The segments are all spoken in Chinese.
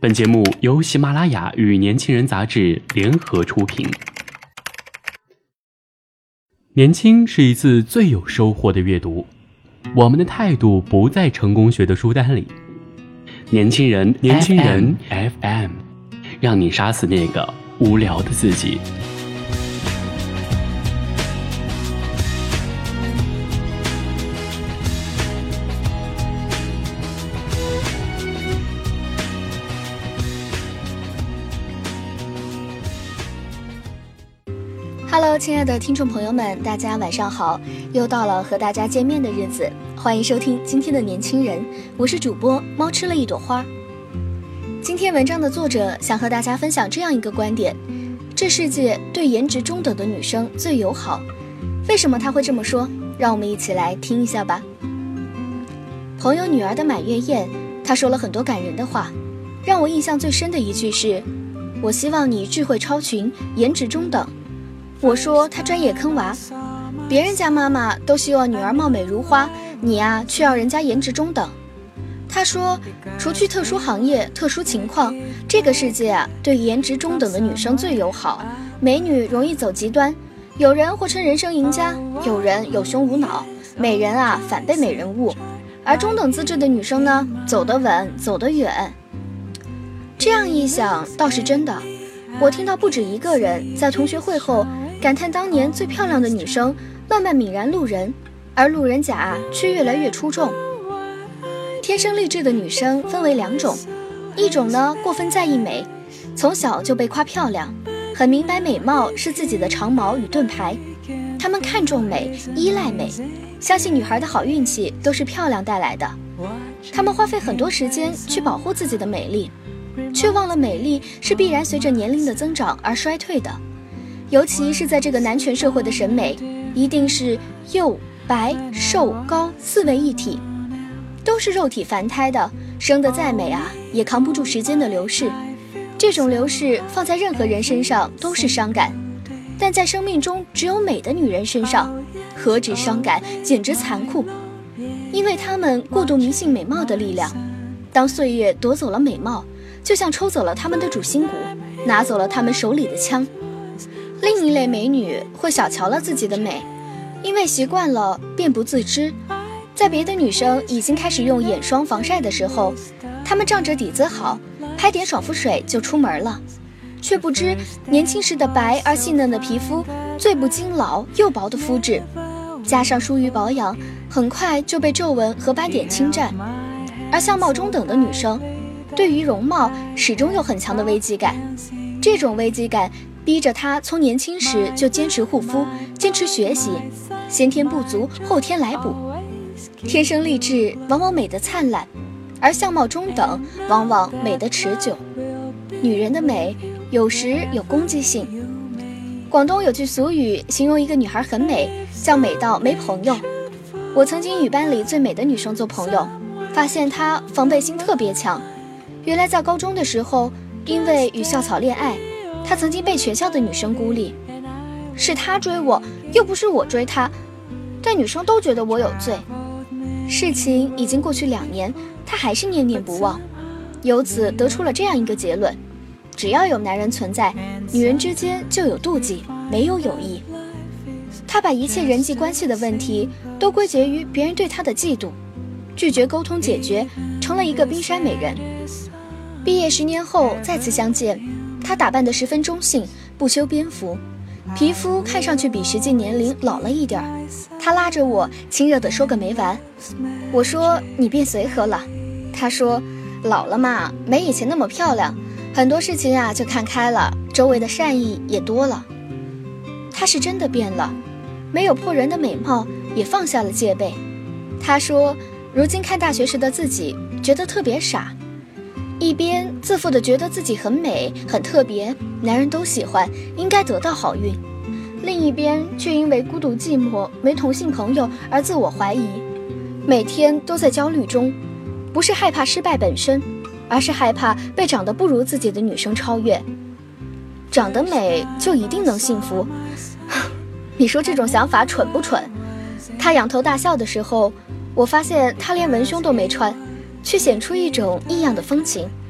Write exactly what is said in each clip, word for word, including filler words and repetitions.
本节目由喜马拉雅与年轻人杂志联合出品。年轻是一次最有收获的阅读，我们的态度不在成功学的书单里。年轻人，年轻人 F M， 让你杀死那个无聊的自己。 Hello， 亲爱的听众朋友们，大家晚上好！又到了和大家见面的日子，欢迎收听今天的年轻人，我是主播猫吃了一朵花。今天文章的作者想和大家分享这样一个观点：这世界对颜值中等的女生最友好。为什么他会这么说？让我们一起来听一下吧。朋友女儿的满月宴，她说了很多感人的话，让我印象最深的一句是：我希望你智慧超群，颜值中等。我说他专业坑娃，别人家妈妈都希望女儿貌美如花，你啊却要人家颜值中等。他说除去特殊行业特殊情况，这个世界啊对颜值中等的女生最友好，美女容易走极端，有人或称人生赢家，有人有胸无脑，美人啊反被美人误，而中等资质的女生呢，走得稳走得远。这样一想倒是真的，我听到不止一个人在同学会后感叹当年最漂亮的女生慢慢泯然路人，而路人甲啊却越来越出众。天生丽质的女生分为两种，一种呢过分在意美，从小就被夸漂亮，很明白美貌是自己的长矛与盾牌，她们看重美，依赖美，相信女孩的好运气都是漂亮带来的，她们花费很多时间去保护自己的美丽，却忘了美丽是必然随着年龄的增长而衰退的。尤其是在这个男权社会的审美，一定是幼白瘦高四位一体，都是肉体凡胎的，生得再美啊也扛不住时间的流逝，这种流逝放在任何人身上都是伤感，但在生命中只有美的女人身上何止伤感，简直残酷，因为她们过度迷信美貌的力量，当岁月夺走了美貌，就像抽走了他们的主心骨，拿走了他们手里的枪。另一类美女会小瞧了自己的美，因为习惯了便不自知，在别的女生已经开始用眼霜防晒的时候，她们仗着底子好，拍点爽肤水就出门了，却不知年轻时的白而细嫩的皮肤，最不经老又薄的肤质，加上疏于保养，很快就被皱纹和斑点侵占。而相貌中等的女生对于容貌始终有很强的危机感，这种危机感逼着她从年轻时就坚持护肤，坚持学习，先天不足后天来补。天生丽质往往美得灿烂，而相貌中等往往美得持久。女人的美有时有攻击性，广东有句俗语形容一个女孩很美，叫美到没朋友。我曾经与班里最美的女生做朋友，发现她防备心特别强。原来在高中的时候，因为与校草恋爱，她曾经被全校的女生孤立，是她追我，又不是我追她，但女生都觉得我有罪。事情已经过去两年，她还是念念不忘，由此得出了这样一个结论：只要有男人存在，女人之间就有妒忌，没有友谊。她把一切人际关系的问题都归结于别人对她的嫉妒，拒绝沟通解决，成了一个冰山美人。毕业十年后再次相见，她打扮得十分中性，不修边幅，皮肤看上去比实际年龄老了一点儿。她拉着我亲热地说个没完。我说你变随和了。她说老了嘛，没以前那么漂亮，很多事情啊就看开了，周围的善意也多了。她是真的变了，没有破人的美貌，也放下了戒备。她说如今看大学时的自己，觉得特别傻，一边自负地觉得自己很美很特别，男人都喜欢，应该得到好运，另一边却因为孤独寂寞没同性朋友而自我怀疑，每天都在焦虑中，不是害怕失败本身，而是害怕被长得不如自己的女生超越。长得美就一定能幸福？你说这种想法蠢不蠢？她仰头大笑的时候，我发现她连文胸都没穿，却显出一种异样的风情。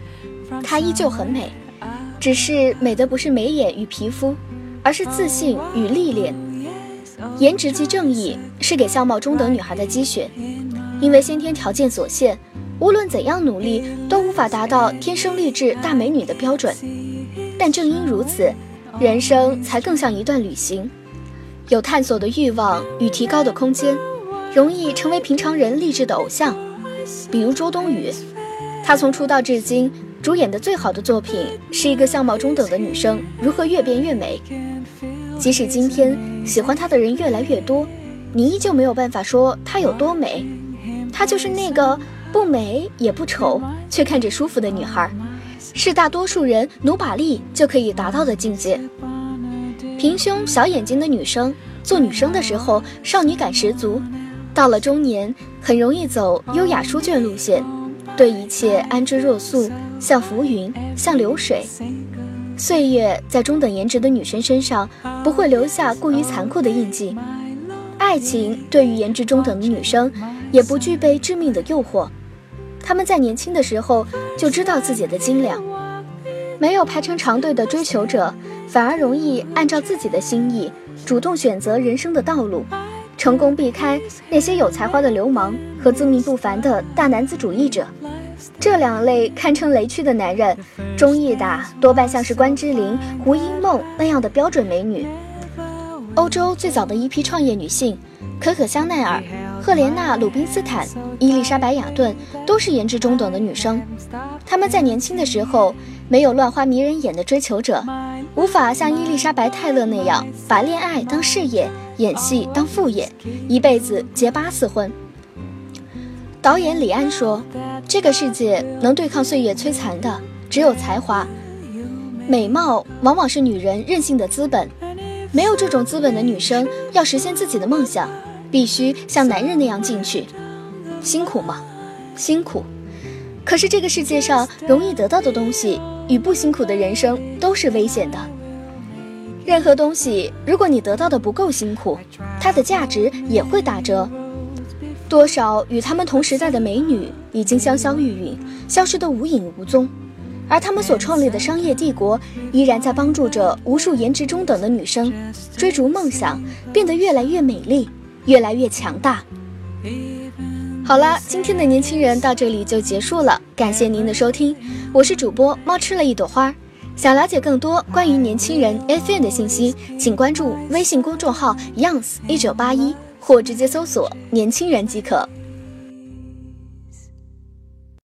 她依旧很美，只是美的不是眉眼与皮肤，而是自信与历练。颜值即正义是给相貌中等女孩的鸡血，因为先天条件所限，无论怎样努力都无法达到天生丽质大美女的标准。但正因如此，人生才更像一段旅行，有探索的欲望与提高的空间，容易成为平常人励志的偶像。比如周冬雨，她从出道至今主演的最好的作品是一个相貌中等的女生如何越变越美。即使今天喜欢她的人越来越多，你依旧没有办法说她有多美。她就是那个不美也不丑却看着舒服的女孩，是大多数人努把力就可以达到的境界。平胸小眼睛的女生，做女生的时候少女感十足，到了中年很容易走优雅书卷路线，对一切安之若素，像浮云，像流水。岁月在中等颜值的女生身上不会留下过于残酷的印记，爱情对于颜值中等的女生也不具备致命的诱惑。她们在年轻的时候就知道自己的斤两，没有排成长队的追求者，反而容易按照自己的心意主动选择人生的道路，成功避开那些有才华的流氓和自命不凡的大男子主义者。这两类堪称雷区的男人，中意打多半像是关之琳、胡因梦那样的标准美女。欧洲最早的一批创业女性，可可香奈儿、赫莲娜·鲁宾斯坦、伊丽莎白·雅顿都是颜值中等的女生。她们在年轻的时候没有乱花迷人眼的追求者，无法像伊丽莎白·泰勒那样把恋爱当事业，演戏当副业，一辈子结八次婚。导演李安说，这个世界能对抗岁月摧残的只有才华，美貌往往是女人任性的资本，没有这种资本的女生要实现自己的梦想，必须像男人那样进去。辛苦吗？辛苦。可是这个世界上容易得到的东西与不辛苦的人生都是危险的。任何东西如果你得到的不够辛苦，它的价值也会打折。多少与他们同时代的美女已经香消玉殒，消失得无影无踪，而他们所创立的商业帝国依然在帮助着无数颜值中等的女生追逐梦想，变得越来越美丽，越来越强大。好了，今天的年轻人到这里就结束了，感谢您的收听，我是主播猫吃了一朵花。想了解更多关于年轻人 F M 的信息，请关注微信公众号 Youngs 一九八一，或直接搜索年轻人即可。